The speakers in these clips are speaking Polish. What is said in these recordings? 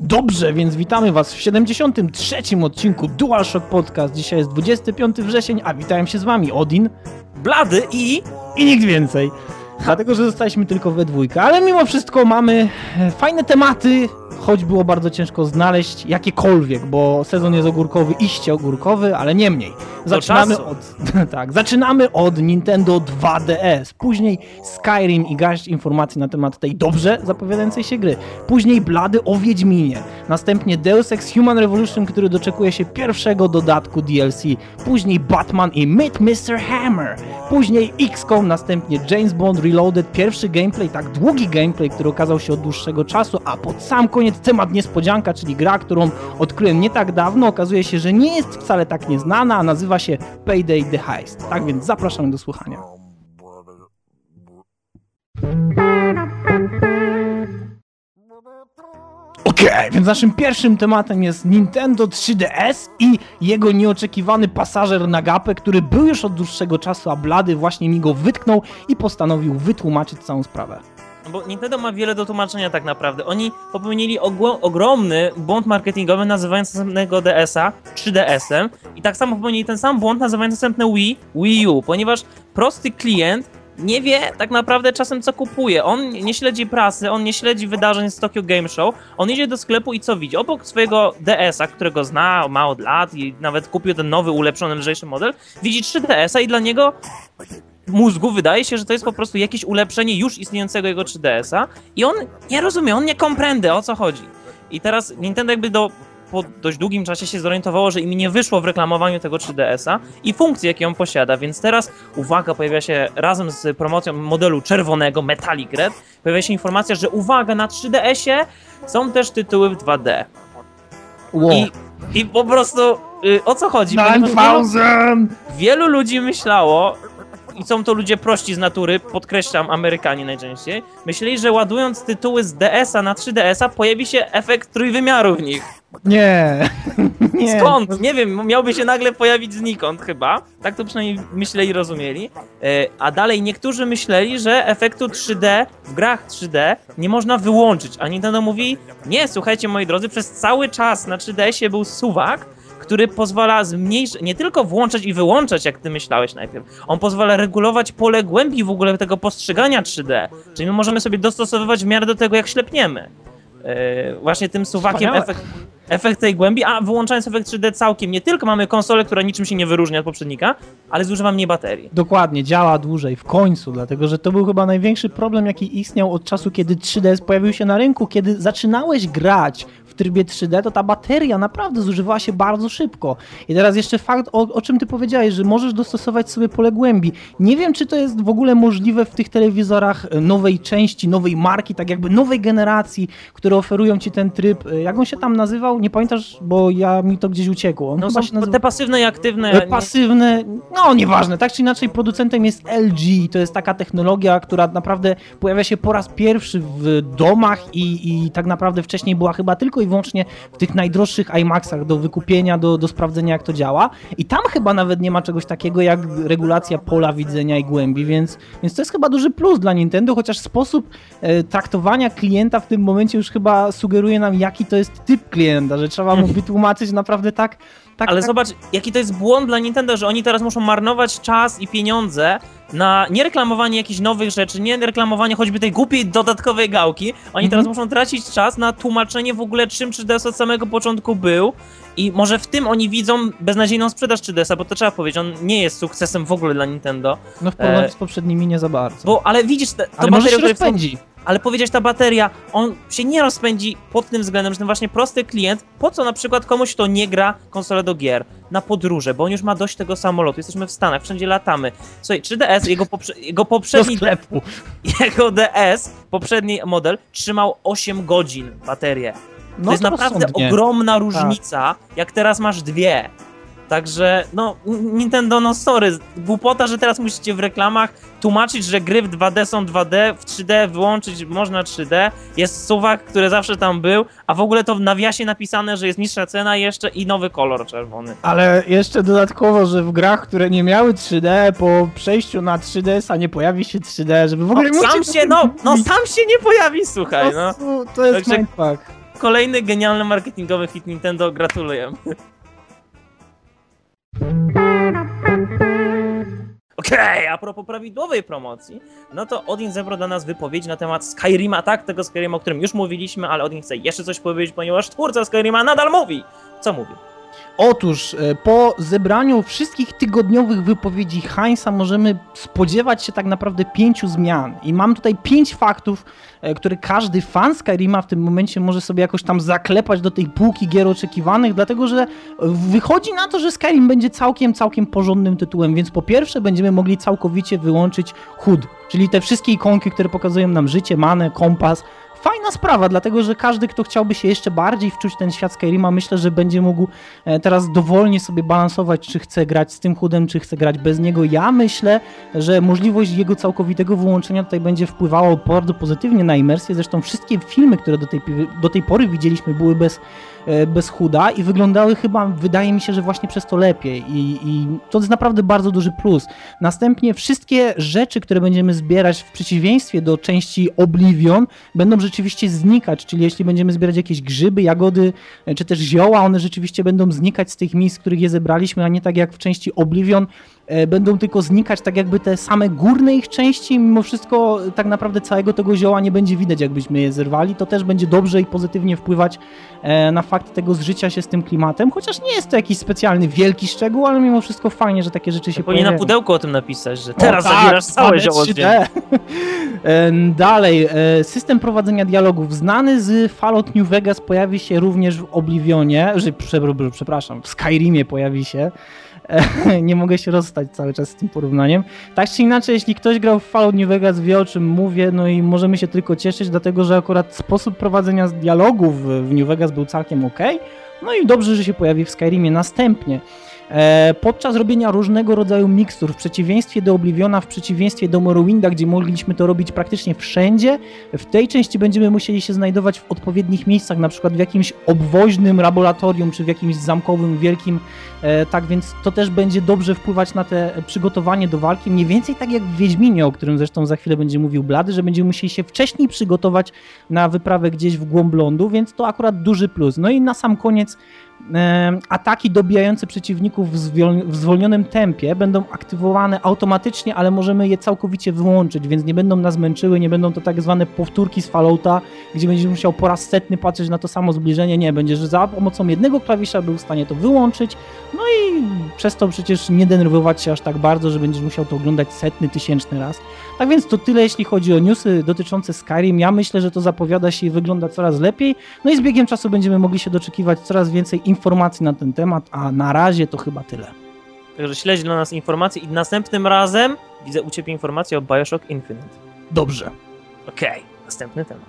Dobrze, więc witamy Was w 73. odcinku DualShock Podcast. Dzisiaj jest 25 wrzesień, a witają się z Wami Odin, Blady i nikt więcej. Dlatego, że zostaliśmy tylko we dwójkę, ale mimo wszystko mamy fajne tematy, choć było bardzo ciężko znaleźć jakiekolwiek, bo sezon jest ogórkowy, iście ogórkowy, ale nie mniej. Zaczynamy od Nintendo 2DS, później Skyrim i garść informacji na temat tej dobrze zapowiadającej się gry, później Blady o Wiedźminie, następnie Deus Ex Human Revolution, który doczekuje się pierwszego dodatku DLC, później Batman i Meet Mr. Hammer, później XCOM, następnie James Bond Reloaded, pierwszy gameplay, tak długi gameplay, który okazał się od dłuższego czasu, a pod sam koniec temat niespodzianka, czyli gra, którą odkryłem nie tak dawno, okazuje się, że nie jest wcale tak nieznana, a nazywa się Payday the Heist. Tak więc zapraszam do słuchania. Okej, więc naszym pierwszym tematem jest Nintendo 3DS i jego nieoczekiwany pasażer na gapę, który był już od dłuższego czasu, a Blady właśnie mi go wytknął i postanowił wytłumaczyć całą sprawę. Bo Nintendo ma wiele do tłumaczenia tak naprawdę. Oni popełnili ogromny błąd marketingowy, nazywając następnego DS-a 3DS-em i tak samo popełnili ten sam błąd, nazywając następne Wii U, ponieważ prosty klient nie wie tak naprawdę czasem co kupuje. On nie śledzi prasy, on nie śledzi wydarzeń z Tokyo Game Show, on idzie do sklepu i co widzi? Obok swojego DS-a, którego zna, ma od lat i nawet kupił ten nowy, ulepszony, lżejszy model, widzi 3DS-a i dla niego mózgu wydaje się, że to jest po prostu jakieś ulepszenie już istniejącego jego 3DS-a i on nie rozumie, on nie comprende, o co chodzi. I teraz Nintendo jakby po dość długim czasie się zorientowało, że im nie wyszło w reklamowaniu tego 3DS-a i funkcji, jakie on posiada, więc teraz, uwaga, pojawia się razem z promocją modelu czerwonego Metallic Red, pojawia się informacja, że uwaga, na 3DS-ie są też tytuły w 2D. Wow. I po prostu o co chodzi? 9000! Wielu ludzi myślało, i są to ludzie prości z natury, podkreślam, Amerykanie najczęściej, myśleli, że ładując tytuły z DS-a na 3DS-a pojawi się efekt trójwymiaru w nich. Nie. Skąd? Nie wiem, miałby się nagle pojawić znikąd chyba. Tak to przynajmniej myśleli i rozumieli. A dalej niektórzy myśleli, że efektu 3D w grach 3D nie można wyłączyć. A Nintendo mówi, nie, słuchajcie moi drodzy, przez cały czas na 3DS-ie był suwak, który pozwala nie tylko włączać i wyłączać, jak ty myślałeś najpierw. On pozwala regulować pole głębi w ogóle tego postrzegania 3D. Czyli my możemy sobie dostosowywać w miarę do tego, jak ślepniemy. Właśnie tym suwakiem efekt tej głębi, a wyłączając efekt 3D całkiem, nie tylko mamy konsolę, która niczym się nie wyróżnia od poprzednika, ale zużywa mniej baterii. Dokładnie, działa dłużej, w końcu, dlatego że to był chyba największy problem, jaki istniał od czasu, kiedy 3DS pojawił się na rynku, kiedy zaczynałeś grać w trybie 3D, to ta bateria naprawdę zużywała się bardzo szybko. I teraz jeszcze fakt, o czym ty powiedziałeś, że możesz dostosować sobie pole głębi. Nie wiem, czy to jest w ogóle możliwe w tych telewizorach nowej części, nowej marki, tak jakby nowej generacji, które oferują ci ten tryb. Jak on się tam nazywał? Nie pamiętasz, bo mi to gdzieś uciekło. On no są te pasywne i aktywne. Pasywne, no nieważne. Tak czy inaczej producentem jest LG. To jest taka technologia, która naprawdę pojawia się po raz pierwszy w domach i tak naprawdę wcześniej była chyba tylko i wyłącznie w tych najdroższych iMaxach do wykupienia, do sprawdzenia, jak to działa. I tam chyba nawet nie ma czegoś takiego jak regulacja pola widzenia i głębi, więc to jest chyba duży plus dla Nintendo, chociaż sposób traktowania klienta w tym momencie już chyba sugeruje nam, jaki to jest typ klienta, że trzeba mu wytłumaczyć naprawdę tak. Ale zobacz, jaki to jest błąd dla Nintendo, że oni teraz muszą marnować czas i pieniądze na nie reklamowanie jakichś nowych rzeczy, nie reklamowanie choćby tej głupiej dodatkowej gałki. Oni teraz muszą tracić czas na tłumaczenie w ogóle, czym 3DS od samego początku był. I może w tym oni widzą beznadziejną sprzedaż 3DS-a, bo to trzeba powiedzieć, on nie jest sukcesem w ogóle dla Nintendo. No w porównaniu z poprzednimi nie za bardzo. Ale widzisz, ale może się rozpędzi. Ale powiedzieć, ta bateria, on się nie rozpędzi pod tym względem, że ten właśnie prosty klient, po co na przykład komuś, kto nie gra konsolę do gier, na podróże, bo on już ma dość tego samolotu, jesteśmy w Stanach, wszędzie latamy. Słuchaj, 3DS, jego poprzedni... Do sklepu. Jego DS, poprzedni model, trzymał 8 godzin baterię. To jest naprawdę ogromna różnica, jak teraz masz 2. Także, Nintendo, sorry, głupota, że teraz musicie w reklamach tłumaczyć, że gry w 2D są 2D, w 3D wyłączyć można 3D, jest suwak, który zawsze tam był, a w ogóle to w nawiasie napisane, że jest niższa cena jeszcze i nowy kolor czerwony. Ale jeszcze dodatkowo, że w grach, które nie miały 3D, po przejściu na 3DS-a nie pojawi się 3D, żeby w ogóle... sam się nie pojawi, słuchaj, To jest mindfuck. Kolejny genialny marketingowy hit Nintendo, gratuluję. Okej, a propos prawidłowej promocji, no to Odin zebrał dla nas wypowiedzi na temat Skyrima, tak, tego Skyrima, o którym już mówiliśmy, ale Odin chce jeszcze coś powiedzieć, ponieważ twórca Skyrima nadal mówi. Co mówi? Otóż po zebraniu wszystkich tygodniowych wypowiedzi Heinza możemy spodziewać się tak naprawdę 5 zmian. I mam tutaj 5 faktów, które każdy fan Skyrima w tym momencie może sobie jakoś tam zaklepać do tej półki gier oczekiwanych, dlatego że wychodzi na to, że Skyrim będzie całkiem porządnym tytułem, więc po pierwsze będziemy mogli całkowicie wyłączyć HUD, czyli te wszystkie ikonki, które pokazują nam życie, manę, kompas. Fajna sprawa, dlatego że każdy, kto chciałby się jeszcze bardziej wczuć w ten świat Skyrima, myślę, że będzie mógł teraz dowolnie sobie balansować, czy chce grać z tym HUD-em, czy chce grać bez niego. Ja myślę, że możliwość jego całkowitego wyłączenia tutaj będzie wpływało bardzo pozytywnie na imersję. Zresztą wszystkie filmy, które do tej pory widzieliśmy, były bez HUD-a i wyglądały chyba, wydaje mi się, że właśnie przez to lepiej i to jest naprawdę bardzo duży plus. Następnie wszystkie rzeczy, które będziemy zbierać w przeciwieństwie do części Oblivion, będą rzeczywiście znikać, czyli jeśli będziemy zbierać jakieś grzyby, jagody, czy też zioła, one rzeczywiście będą znikać z tych miejsc, w których je zebraliśmy, a nie tak jak w części Oblivion, będą tylko znikać tak jakby te same górne ich części, mimo wszystko tak naprawdę całego tego zioła nie będzie widać, jakbyśmy je zerwali. To też będzie dobrze i pozytywnie wpływać na fakt tego zżycia się z tym klimatem, chociaż nie jest to jakiś specjalny wielki szczegół, ale mimo wszystko fajnie, że takie rzeczy się powinien pojawiają. na pudełku o tym napisać, że teraz zabierasz całe zioło z ziemi. Dalej, system prowadzenia dialogów znany z Fallout New Vegas pojawi się również w Oblivionie, przepraszam, w Skyrimie pojawi się. Nie mogę się rozstać cały czas z tym porównaniem. Tak czy inaczej, jeśli ktoś grał w Fallout New Vegas, wie o czym mówię, no i możemy się tylko cieszyć, dlatego że akurat sposób prowadzenia dialogów w New Vegas był całkiem okej. No i dobrze, że się pojawi w Skyrimie. Następnie podczas robienia różnego rodzaju mikstur, w przeciwieństwie do Obliviona, w przeciwieństwie do Morrowinda, gdzie mogliśmy to robić praktycznie wszędzie, w tej części będziemy musieli się znajdować w odpowiednich miejscach, na przykład w jakimś obwoźnym laboratorium, czy w jakimś zamkowym, wielkim, tak więc to też będzie dobrze wpływać na te przygotowanie do walki, mniej więcej tak jak w Wiedźminie, o którym zresztą za chwilę będzie mówił Blady, że będziemy musieli się wcześniej przygotować na wyprawę gdzieś w głąb lądu, więc to akurat duży plus. No i na sam koniec ataki dobijające przeciwników w zwolnionym tempie będą aktywowane automatycznie, ale możemy je całkowicie wyłączyć, więc nie będą nas męczyły, nie będą to tak zwane powtórki z Fallouta, gdzie będziesz musiał po raz setny patrzeć na to samo zbliżenie, nie, będziesz za pomocą jednego klawisza był w stanie to wyłączyć, no i przez to przecież nie denerwować się aż tak bardzo, że będziesz musiał to oglądać setny, tysięczny raz. Tak więc to tyle, jeśli chodzi o newsy dotyczące Skyrim. Ja myślę, że to zapowiada się i wygląda coraz lepiej. No i z biegiem czasu będziemy mogli się doczekiwać coraz więcej informacji na ten temat, a na razie to chyba tyle. Także śledź dla nas informacje i następnym razem widzę u Ciebie informację o Bioshock Infinite. Dobrze. Okej, następny temat.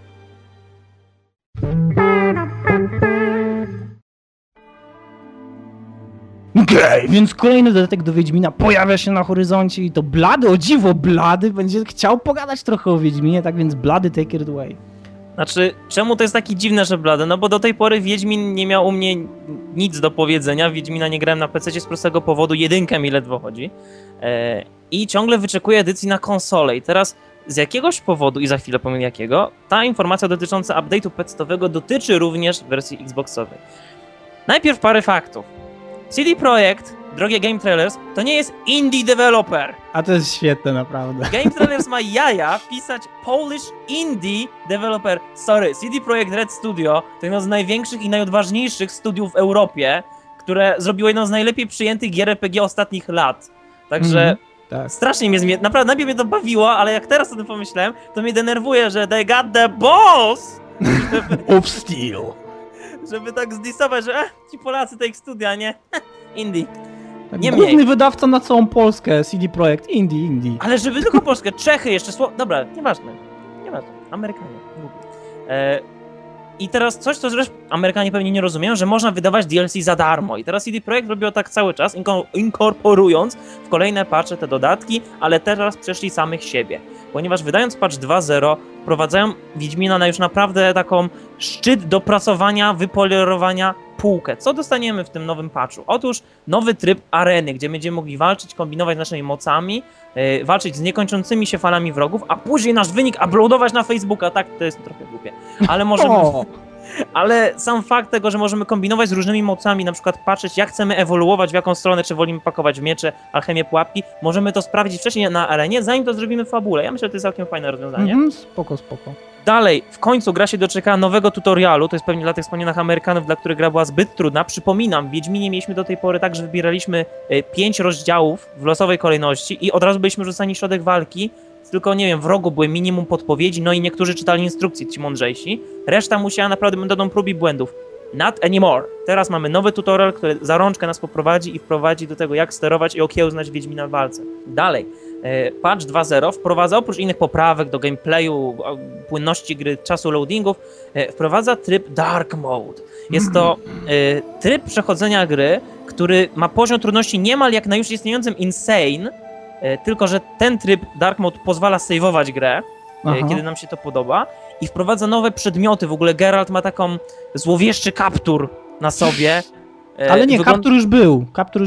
Okej, więc kolejny dodatek do Wiedźmina pojawia się na horyzoncie i to Blady, o dziwo Blady, będzie chciał pogadać trochę o Wiedźminie, tak więc Blady, take it away. Znaczy, czemu to jest takie dziwne, że Blady? No bo do tej pory Wiedźmin nie miał u mnie nic do powiedzenia, Wiedźmina nie grałem na PC z prostego powodu, jedynkę mi ledwo chodzi i ciągle wyczekuję edycji na konsolę i teraz z jakiegoś powodu, i za chwilę powiem jakiego, ta informacja dotycząca update'u PC-owego dotyczy również wersji Xboxowej. Najpierw parę faktów. CD Projekt, drogie Game Trailers, to nie jest indie developer. A to jest świetne, naprawdę. Game Trailers ma jaja pisać Polish indie developer. Sorry, CD Projekt Red Studio to jedno z największych i najodważniejszych studiów w Europie, które zrobiło jedną z najlepiej przyjętych gier RPG ostatnich lat. Także tak. Strasznie mnie, naprawdę najpierw mnie to bawiło, ale jak teraz o tym pomyślałem, to mnie denerwuje, że they got the balls of steel. Żeby tak zdisować, że ci Polacy to ich studia, nie? Indie. Główny wydawca na całą Polskę, CD Projekt, indie. Ale żeby tylko Polskę, Czechy jeszcze, dobra, nieważne. Amerykanie, głupi. I teraz coś, co zresztą Amerykanie pewnie nie rozumieją, że można wydawać DLC za darmo. I teraz CD Projekt robiło tak cały czas, inkorporując w kolejne patche te dodatki, ale teraz przeszli samych siebie. Ponieważ wydając patch 2.0 wprowadzają Wiedźmina na już naprawdę taką szczyt dopracowania, wypolerowania półkę. Co dostaniemy w tym nowym patchu? Otóż nowy tryb areny, gdzie będziemy mogli walczyć, kombinować naszymi mocami, walczyć z niekończącymi się falami wrogów, a później nasz wynik uploadować na Facebooka. Tak, to jest trochę głupie, ale Ale sam fakt tego, że możemy kombinować z różnymi mocami, na przykład patrzeć, jak chcemy ewoluować, w jaką stronę, czy wolimy pakować w miecze, alchemię, pułapki, możemy to sprawdzić wcześniej na arenie, zanim to zrobimy w fabule. Ja myślę, że to jest całkiem fajne rozwiązanie. Spoko, spoko. Dalej, w końcu gra się doczeka nowego tutorialu, to jest pewnie dla tych wspomnianych Amerykanów, dla których gra była zbyt trudna. Przypominam, w Wiedźminie mieliśmy do tej pory tak, że wybieraliśmy 5 rozdziałów w losowej kolejności i od razu byliśmy rzucani w środek walki, tylko nie wiem, w rogu były minimum podpowiedzi, no i niektórzy czytali instrukcje, ci mądrzejsi. Reszta musiała naprawdę metodą prób i błędów. Not anymore. Teraz mamy nowy tutorial, który za rączkę nas poprowadzi i wprowadzi do tego, jak sterować i okiełznać Wiedźmina w walce. Dalej, patch 2.0 wprowadza oprócz innych poprawek do gameplayu, płynności gry, czasu loadingów, wprowadza tryb Dark Mode. Jest to tryb przechodzenia gry, który ma poziom trudności niemal jak na już istniejącym Insane, tylko że ten tryb Dark Mode pozwala save'ować grę, kiedy nam się to podoba, i wprowadza nowe przedmioty. W ogóle Geralt ma taką złowieszczy kaptur na sobie. Ale nie, kaptur już był.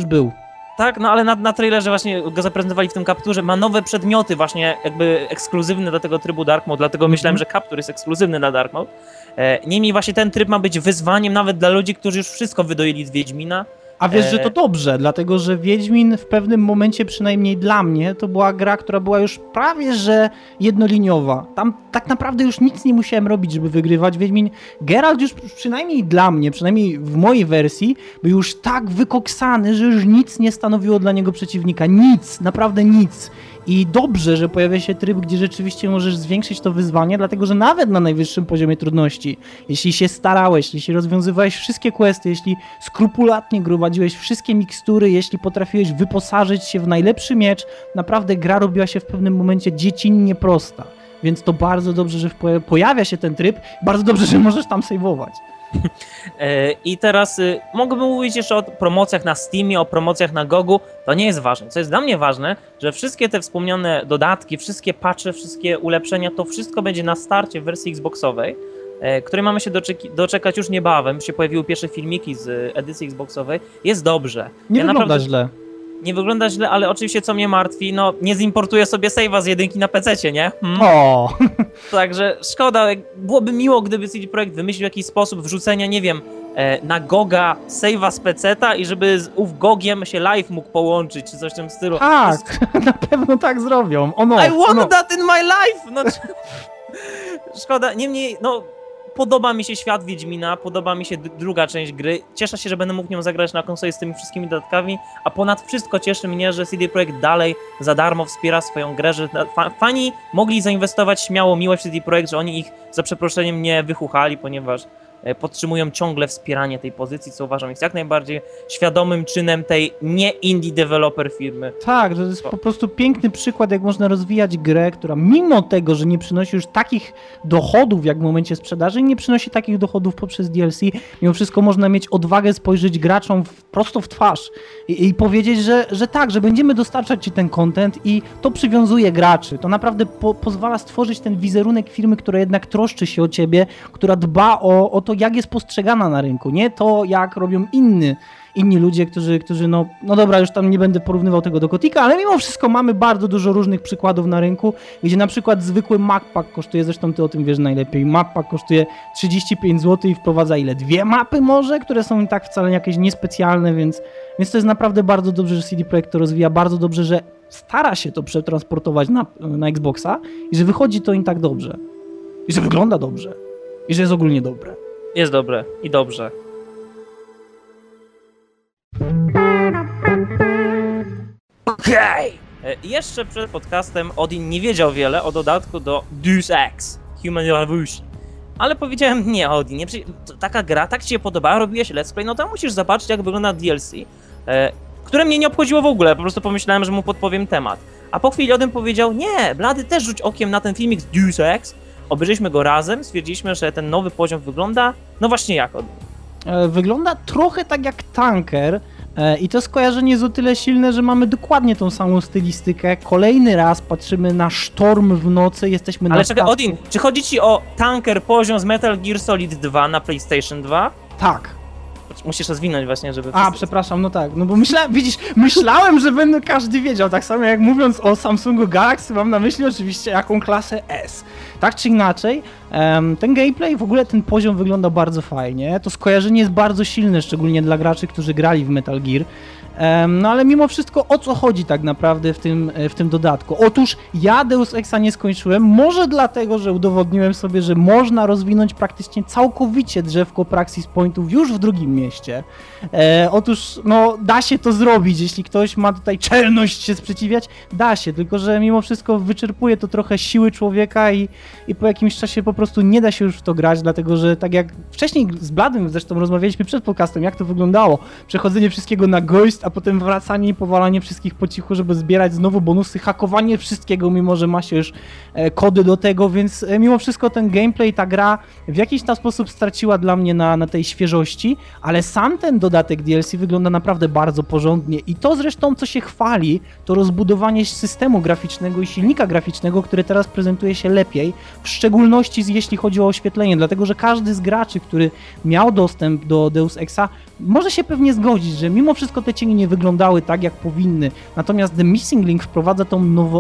Tak, no ale na trailerze właśnie go zaprezentowali w tym kapturze. Ma nowe przedmioty właśnie jakby ekskluzywne do tego trybu Dark Mode, dlatego myślałem, że kaptur jest ekskluzywny na Dark Mode. Niemniej właśnie ten tryb ma być wyzwaniem nawet dla ludzi, którzy już wszystko wydoili z Wiedźmina. A wiesz, że to dobrze, dlatego że Wiedźmin w pewnym momencie, przynajmniej dla mnie, to była gra, która była już prawie że jednoliniowa. Tam tak naprawdę już nic nie musiałem robić, żeby wygrywać. Wiedźmin, Geralt już przynajmniej dla mnie, przynajmniej w mojej wersji, był już tak wykoksany, że już nic nie stanowiło dla niego przeciwnika. Nic, naprawdę nic. I dobrze, że pojawia się tryb, gdzie rzeczywiście możesz zwiększyć to wyzwanie, dlatego że nawet na najwyższym poziomie trudności, jeśli się starałeś, jeśli rozwiązywałeś wszystkie questy, jeśli skrupulatnie gromadziłeś wszystkie mikstury, jeśli potrafiłeś wyposażyć się w najlepszy miecz, naprawdę gra robiła się w pewnym momencie dziecinnie prosta. Więc to bardzo dobrze, że pojawia się ten tryb, bardzo dobrze, że możesz tam save'ować. I teraz mógłbym mówić jeszcze o promocjach na Steamie, o promocjach na GOG-u. To nie jest ważne. Co jest dla mnie ważne, że wszystkie te wspomniane dodatki, wszystkie patche, wszystkie ulepszenia, to wszystko będzie na starcie w wersji Xboxowej, której mamy się doczekać już niebawem. Się pojawiły pierwsze filmiki z edycji Xboxowej. Jest dobrze. Nie wygląda źle. Nie wygląda źle, ale oczywiście co mnie martwi, no nie zimportuję sobie save'a z jedynki na PC-cie, nie? O. Także szkoda, byłoby miło, gdyby CD Projekt wymyślił jakiś sposób wrzucenia, nie wiem, na GOG-a save'a z PC-ta i żeby z ów GOG-iem się live mógł połączyć, czy coś w tym stylu. Tak, na pewno tak zrobią. I want that in my life! No, szkoda, niemniej, no podoba mi się świat Wiedźmina, podoba mi się druga część gry. Cieszę się, że będę mógł nią zagrać na konsoli z tymi wszystkimi dodatkami, a ponad wszystko cieszy mnie, że CD Projekt dalej za darmo wspiera swoją grę, że fani mogli zainwestować śmiało miłość w CD Projekt, że oni ich za przeproszeniem nie wychuchali, ponieważ podtrzymują ciągle wspieranie tej pozycji, co uważam jest jak najbardziej świadomym czynem tej nie indie developer firmy. Tak, to jest po prostu piękny przykład, jak można rozwijać grę, która mimo tego, że nie przynosi już takich dochodów jak w momencie sprzedaży, nie przynosi takich dochodów poprzez DLC, mimo wszystko można mieć odwagę spojrzeć graczom prosto w twarz i powiedzieć, że tak, że będziemy dostarczać ci ten content i to przywiązuje graczy. To naprawdę pozwala stworzyć ten wizerunek firmy, która jednak troszczy się o ciebie, która dba o to, jak jest postrzegana na rynku, nie to, jak robią inni ludzie, którzy no dobra, już tam nie będę porównywał tego do Kotika, ale mimo wszystko mamy bardzo dużo różnych przykładów na rynku, gdzie na przykład zwykły mappack kosztuje, zresztą ty o tym wiesz najlepiej, mappack kosztuje 35 zł i wprowadza ile? 2 mapy może, które są i tak wcale jakieś niespecjalne, więc to jest naprawdę bardzo dobrze, że CD Projekt to rozwija, bardzo dobrze, że stara się to przetransportować na Xboxa i że wychodzi to im tak dobrze. I że wygląda dobrze. I że jest ogólnie dobre. Jest dobre i dobrze. Okej! Jeszcze przed podcastem Odin nie wiedział wiele o dodatku do Deus Ex Human Revolution. Ale powiedziałem, nie Odin, nie, taka gra, tak ci się podobała, robiłeś let's play, no to musisz zobaczyć, jak wygląda DLC, które mnie nie obchodziło w ogóle, po prostu pomyślałem, że mu podpowiem temat. A po chwili Odin powiedział, nie, Blady, też rzuć okiem na ten filmik z Deus Ex. Obejrzeliśmy go razem, stwierdziliśmy, że ten nowy poziom wygląda, no właśnie jak Odin. Wygląda trochę tak jak Tanker i to skojarzenie jest o tyle silne, że mamy dokładnie tą samą stylistykę. Kolejny raz patrzymy na sztorm w nocy, jesteśmy na Ale czekaj, Odin, czy chodzi ci o Tanker poziom z Metal Gear Solid 2 na PlayStation 2? Tak. Musisz rozwinąć właśnie, żeby... Przepraszam, no tak, no bo myślałem, że będę każdy wiedział, tak samo jak mówiąc o Samsungu Galaxy mam na myśli oczywiście jaką klasę S. Tak czy inaczej, Ten gameplay, w ogóle ten poziom wygląda bardzo fajnie. To skojarzenie jest bardzo silne, szczególnie dla graczy, którzy grali w Metal Gear. No ale mimo wszystko, o co chodzi tak naprawdę w tym dodatku? Otóż ja Deus Exa nie skończyłem, może dlatego, że udowodniłem sobie, że można rozwinąć praktycznie całkowicie drzewko Praxis Pointów już w drugim mieście. Otóż, no, da się to zrobić, jeśli ktoś ma tutaj czelność się sprzeciwiać, da się, tylko że mimo wszystko wyczerpuje to trochę siły człowieka i po jakimś czasie po prostu nie da się już w to grać, dlatego że tak jak wcześniej z Bladym zresztą rozmawialiśmy przed podcastem, jak to wyglądało, przechodzenie wszystkiego na ghost, a potem wracanie i powalanie wszystkich po cichu, żeby zbierać znowu bonusy, hakowanie wszystkiego, mimo że ma się już kody do tego, więc mimo wszystko ten gameplay, ta gra w jakiś tam sposób straciła dla mnie na tej świeżości, ale sam ten dodatek DLC wygląda naprawdę bardzo porządnie i to zresztą, co się chwali, to rozbudowanie systemu graficznego i silnika graficznego, który teraz prezentuje się lepiej, w szczególności jeśli chodzi o oświetlenie, dlatego że każdy z graczy, który miał dostęp do Deus Exa, może się pewnie zgodzić, że mimo wszystko te cienie nie wyglądały tak, jak powinny. Natomiast The Missing Link wprowadza tą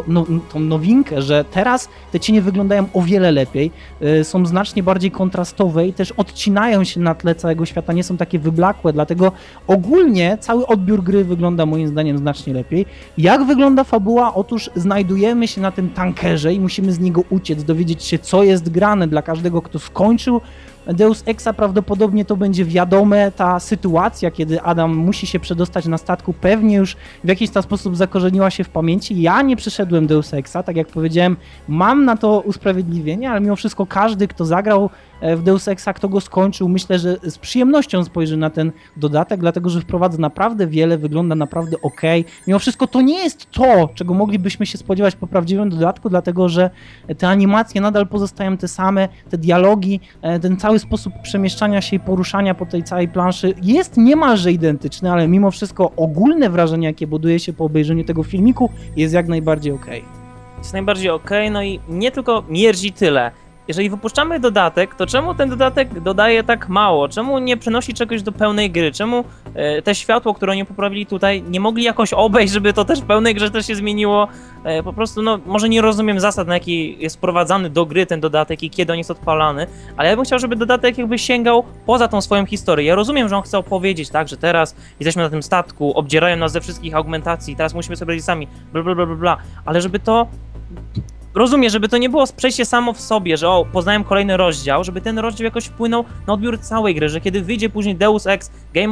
nowinkę, że teraz te cienie wyglądają o wiele lepiej, są znacznie bardziej kontrastowe i też odcinają się na tle całego świata, nie są takie wyblakłe, dlatego ogólnie cały odbiór gry wygląda moim zdaniem znacznie lepiej. Jak wygląda fabuła? Otóż znajdujemy się na tym tankerze i musimy z niego uciec, dowiedzieć się, co jest grane dla każdego, kto skończył Deus Exa. Prawdopodobnie to będzie wiadome, ta sytuacja, kiedy Adam musi się przedostać na statku, pewnie już w jakiś tam sposób zakorzeniła się w pamięci. Ja nie przeszedłem Deus Exa, tak jak powiedziałem, mam na to usprawiedliwienie, ale mimo wszystko każdy, kto zagrał w Deus Exa, kto go skończył, myślę, że z przyjemnością spojrzy na ten dodatek, dlatego że wprowadza naprawdę wiele, wygląda naprawdę okej. Mimo wszystko to nie jest to, czego moglibyśmy się spodziewać po prawdziwym dodatku, dlatego że te animacje nadal pozostają te same, te dialogi, ten cały sposób przemieszczania się i poruszania po tej całej planszy jest niemalże identyczny, ale mimo wszystko ogólne wrażenie, jakie buduje się po obejrzeniu tego filmiku, jest jak najbardziej okej. Jest najbardziej okej, no i nie tylko mierdzi tyle. Jeżeli wypuszczamy dodatek, to czemu ten dodatek dodaje tak mało? Czemu nie przynosi czegoś do pełnej gry? Czemu te światło, które oni poprawili tutaj, nie mogli jakoś obejść, żeby to też w pełnej grze też się zmieniło? Po prostu, no, może nie rozumiem zasad, na jaki jest wprowadzany do gry ten dodatek i kiedy on jest odpalany, ale ja bym chciał, żeby dodatek jakby sięgał poza tą swoją historię. Ja rozumiem, że on chce opowiedzieć, tak, że teraz jesteśmy na tym statku, obdzierają nas ze wszystkich augmentacji, teraz musimy sobie radzić sami, bla, bla, bla, bla, bla, ale żeby to... Rozumiem, żeby to nie było przejście samo w sobie, że poznałem kolejny rozdział, żeby ten rozdział jakoś wpłynął na odbiór całej gry, że kiedy wyjdzie później Deus Ex,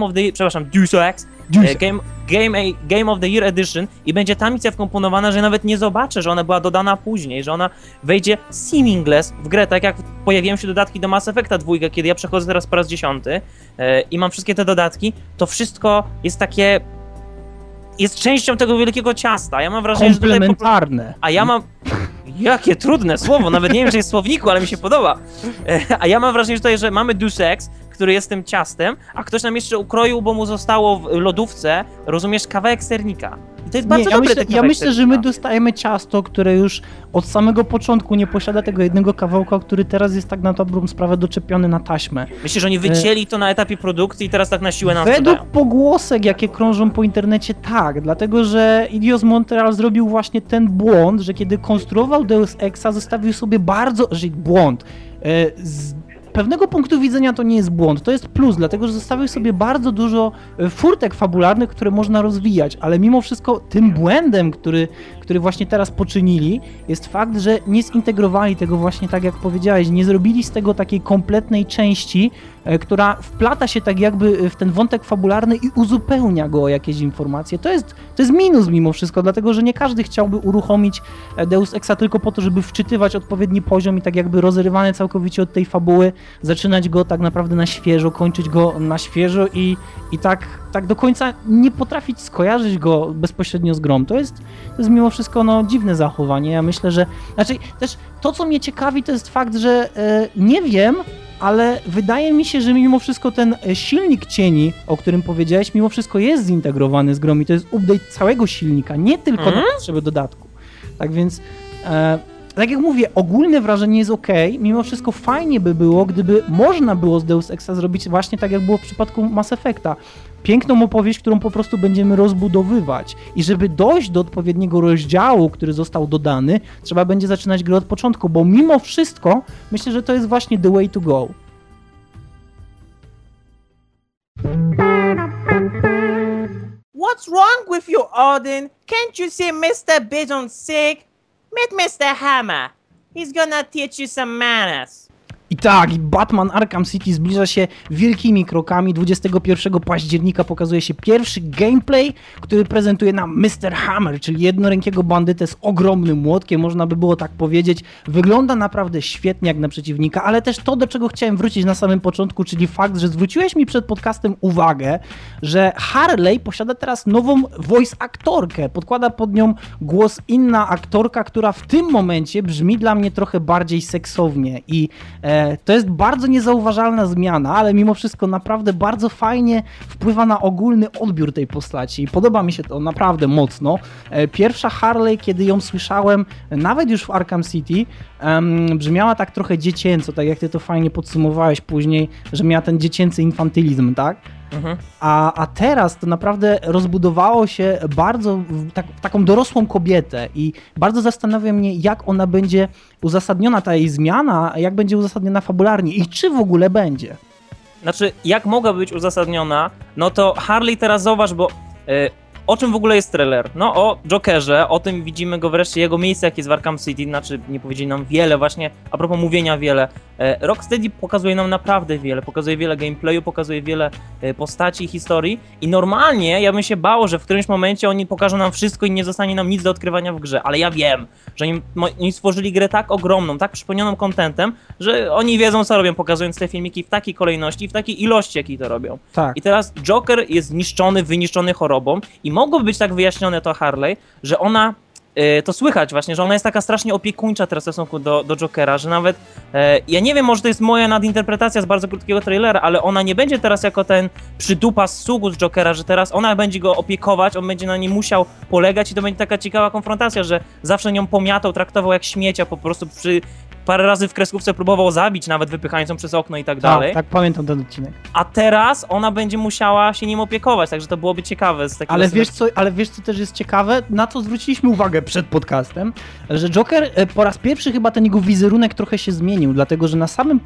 Game of the Year Edition i będzie ta misja wkomponowana, że nawet nie zobaczę, że ona była dodana później, że ona wejdzie seamless w grę, tak jak pojawiają się dodatki do Mass Effecta 2, kiedy ja przechodzę teraz po raz 10 i mam wszystkie te dodatki, to wszystko jest takie... jest częścią tego wielkiego ciasta. Ja mam wrażenie, że tutaj komplementarne. Jakie trudne słowo, nawet nie wiem, czy jest w słowniku, ale mi się podoba. A ja mam wrażenie, że tutaj, że mamy Deus Ex, który jest tym ciastem, a ktoś nam jeszcze ukroił, bo mu zostało w lodówce, rozumiesz, kawałek sernika. I to jest bardzo dobry Ja myślę, że my dostajemy ciasto, które już od samego początku nie posiada tego jednego kawałka, który teraz jest tak na dobrą sprawę doczepiony na taśmę. Myślę, że oni wycięli to na etapie produkcji i teraz tak na siłę nam Według pogłosek, jakie krążą po internecie, tak, dlatego że Eidos Montreal zrobił właśnie ten błąd, że kiedy konstruował Deus Exa, zostawił sobie błąd. Z pewnego punktu widzenia to nie jest błąd, to jest plus, dlatego że zostawił sobie bardzo dużo furtek fabularnych, które można rozwijać, ale mimo wszystko tym błędem, który właśnie teraz poczynili, jest fakt, że nie zintegrowali tego właśnie tak jak powiedziałeś, nie zrobili z tego takiej kompletnej części, która wplata się tak jakby w ten wątek fabularny i uzupełnia go o jakieś informacje. To jest minus mimo wszystko, dlatego że nie każdy chciałby uruchomić Deus Exa tylko po to, żeby wczytywać odpowiedni poziom i tak jakby rozrywany całkowicie od tej fabuły, zaczynać go tak naprawdę na świeżo, kończyć go na świeżo i tak do końca nie potrafić skojarzyć go bezpośrednio z grą. To jest mimo wszystko no, dziwne zachowanie. Ja myślę, że... Znaczy też to, co mnie ciekawi, to jest fakt, że nie wiem, ale wydaje mi się, że mimo wszystko ten silnik cieni, o którym powiedziałeś, mimo wszystko jest zintegrowany z grą i to jest update całego silnika, nie tylko na potrzeby dodatku. Tak więc tak jak mówię, ogólne wrażenie jest okej, mimo wszystko fajnie by było, gdyby można było z Deus Exa zrobić właśnie tak, jak było w przypadku Mass Effecta. Piękną opowieść, którą po prostu będziemy rozbudowywać. I żeby dojść do odpowiedniego rozdziału, który został dodany, trzeba będzie zaczynać grę od początku, bo mimo wszystko myślę, że to jest właśnie the way to go. What's wrong with you, Odin? Can't you see Mr. Bijon's sick? Meet Mr. Hammer. He's gonna teach you some manners. I tak, Batman Arkham City zbliża się wielkimi krokami. 21 października pokazuje się pierwszy gameplay, który prezentuje nam Mr. Hammer, czyli jednorękiego bandytę z ogromnym młotkiem, można by było tak powiedzieć. Wygląda naprawdę świetnie jak na przeciwnika, ale też to, do czego chciałem wrócić na samym początku, czyli fakt, że zwróciłeś mi przed podcastem uwagę, że Harley posiada teraz nową voice aktorkę. Podkłada pod nią głos inna aktorka, która w tym momencie brzmi dla mnie trochę bardziej seksownie i to jest bardzo niezauważalna zmiana, ale mimo wszystko naprawdę bardzo fajnie wpływa na ogólny odbiór tej postaci. Podoba mi się to naprawdę mocno. Pierwsza Harley, kiedy ją słyszałem, nawet już w Arkham City, brzmiała tak trochę dziecięco, tak jak ty to fajnie podsumowałeś później, że miała ten dziecięcy infantylizm, tak? Mhm. A teraz to naprawdę rozbudowało się bardzo w taką dorosłą kobietę i bardzo zastanawia mnie, jak ona będzie uzasadniona, ta jej zmiana, jak będzie uzasadniona fabularnie i czy w ogóle będzie. Znaczy, jak mogła być uzasadniona, no to Harley teraz zauważ, bo o czym w ogóle jest trailer? No o Jokerze, o tym widzimy go wreszcie, jego miejsce jak jest w Arkham City, znaczy nie powiedzieli nam wiele właśnie, a propos mówienia wiele. Rocksteady pokazuje nam naprawdę wiele, pokazuje wiele gameplayu, pokazuje wiele postaci, historii i normalnie ja bym się bał, że w którymś momencie oni pokażą nam wszystko i nie zostanie nam nic do odkrywania w grze, ale ja wiem, że oni stworzyli grę tak ogromną, tak przypełnioną contentem, że oni wiedzą co robią, pokazując te filmiki w takiej kolejności, w takiej ilości jakiej to robią. Tak. I teraz Joker jest zniszczony, wyniszczony chorobą i mogłoby być tak wyjaśnione to Harley, że ona, to słychać właśnie, że ona jest taka strasznie opiekuńcza teraz w stosunku do Jokera, że nawet, ja nie wiem, może to jest moja nadinterpretacja z bardzo krótkiego trailera, ale ona nie będzie teraz jako ten przydupa z sługu z Jokera, że teraz ona będzie go opiekować, on będzie na nim musiał polegać i to będzie taka ciekawa konfrontacja, że zawsze nią pomiatał, traktował jak śmiecia, po prostu parę razy w kreskówce próbował zabić, nawet wypychając ją przez okno i tak dalej. Tak, pamiętam ten odcinek. A teraz ona będzie musiała się nim opiekować, także to byłoby ciekawe. Z takiego ale wiesz co też jest ciekawe? Na co zwróciliśmy uwagę przed podcastem, że Joker po raz pierwszy chyba ten jego wizerunek trochę się zmienił, dlatego że na samym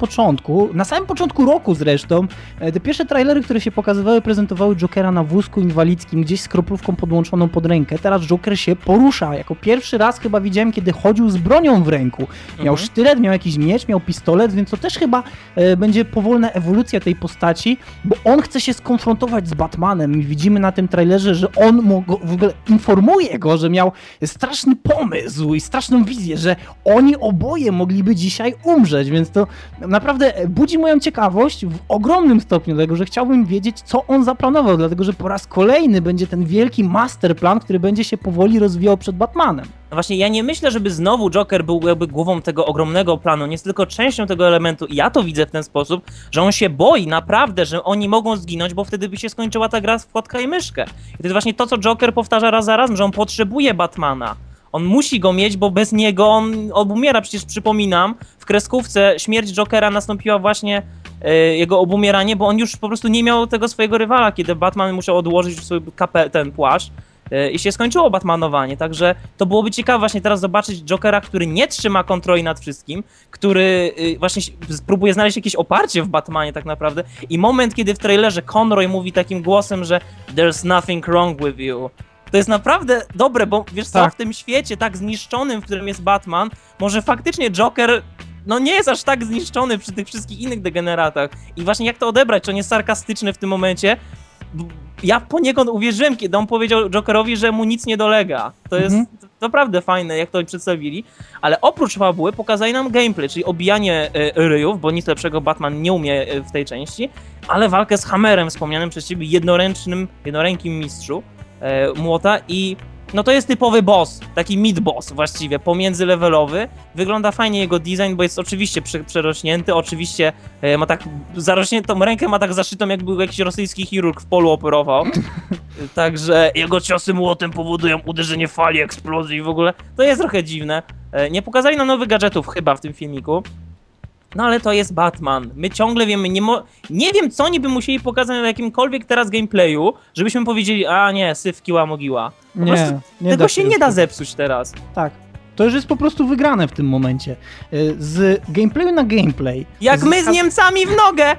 początku roku zresztą, te pierwsze trailery, które się pokazywały, prezentowały Jokera na wózku inwalidzkim, gdzieś z kroplówką podłączoną pod rękę. Teraz Joker się porusza. Jako pierwszy raz chyba widziałem, kiedy chodził z bronią w ręku. Miał sztylet, miał jakiś miecz, miał pistolet, więc to też chyba będzie powolna ewolucja tej postaci, bo on chce się skonfrontować z Batmanem i widzimy na tym trailerze, że on w ogóle informuje go, że miał straszny pomysł i straszną wizję, że oni oboje mogliby dzisiaj umrzeć, więc to naprawdę budzi moją ciekawość w ogromnym stopniu, dlatego że chciałbym wiedzieć, co on zaplanował, dlatego że po raz kolejny będzie ten wielki masterplan, który będzie się powoli rozwijał przed Batmanem. No właśnie, ja nie myślę, żeby znowu Joker był jakby głową tego ogromnego planu, nie jest tylko częścią tego elementu i ja to widzę w ten sposób, że on się boi naprawdę, że oni mogą zginąć, bo wtedy by się skończyła ta gra w kotka i myszkę. I to jest właśnie to, co Joker powtarza raz za razem, że on potrzebuje Batmana. On musi go mieć, bo bez niego on obumiera. Przecież przypominam, w kreskówce śmierć Jokera nastąpiła właśnie jego obumieranie, bo on już po prostu nie miał tego swojego rywala, kiedy Batman musiał odłożyć swój ten płaszcz. I się skończyło Batmanowanie, także to byłoby ciekawe właśnie teraz zobaczyć Jokera, który nie trzyma kontroli nad wszystkim, który właśnie próbuje znaleźć jakieś oparcie w Batmanie tak naprawdę i moment, kiedy w trailerze Conroy mówi takim głosem, że there's nothing wrong with you. To jest naprawdę dobre, bo wiesz co, w tym świecie tak zniszczonym, w którym jest Batman, może faktycznie Joker nie jest aż tak zniszczony przy tych wszystkich innych degeneratach i właśnie jak to odebrać, czy on jest sarkastyczny w tym momencie? Ja poniekąd uwierzyłem, kiedy on powiedział Jokerowi, że mu nic nie dolega. To jest naprawdę fajne, jak to przedstawili. Ale oprócz fabuły pokazali nam gameplay, czyli obijanie ryjów, bo nic lepszego Batman nie umie w tej części, ale walkę z Hammerem, wspomnianym przez ciebie jednorękim mistrzu młota i no to jest typowy boss, taki mid-boss właściwie, pomiędzylevelowy. Wygląda fajnie jego design, bo jest oczywiście przerośnięty, oczywiście ma tak zarośniętą rękę, ma tak zaszytą, jakby jakiś rosyjski chirurg w polu operował. Także jego ciosy młotem powodują uderzenie fali, eksplozji i w ogóle to jest trochę dziwne. Nie pokazali nam nowych gadżetów chyba w tym filmiku. No ale to jest Batman. My ciągle wiemy, nie wiem co oni by musieli pokazać na jakimkolwiek teraz gameplayu, żebyśmy powiedzieli, a nie, syf kiła mogiła. Po prostu tego się nie da zepsuć teraz. Tak. To już jest po prostu wygrane w tym momencie. Z gameplayu na gameplay. Jak my z Niemcami w nogę!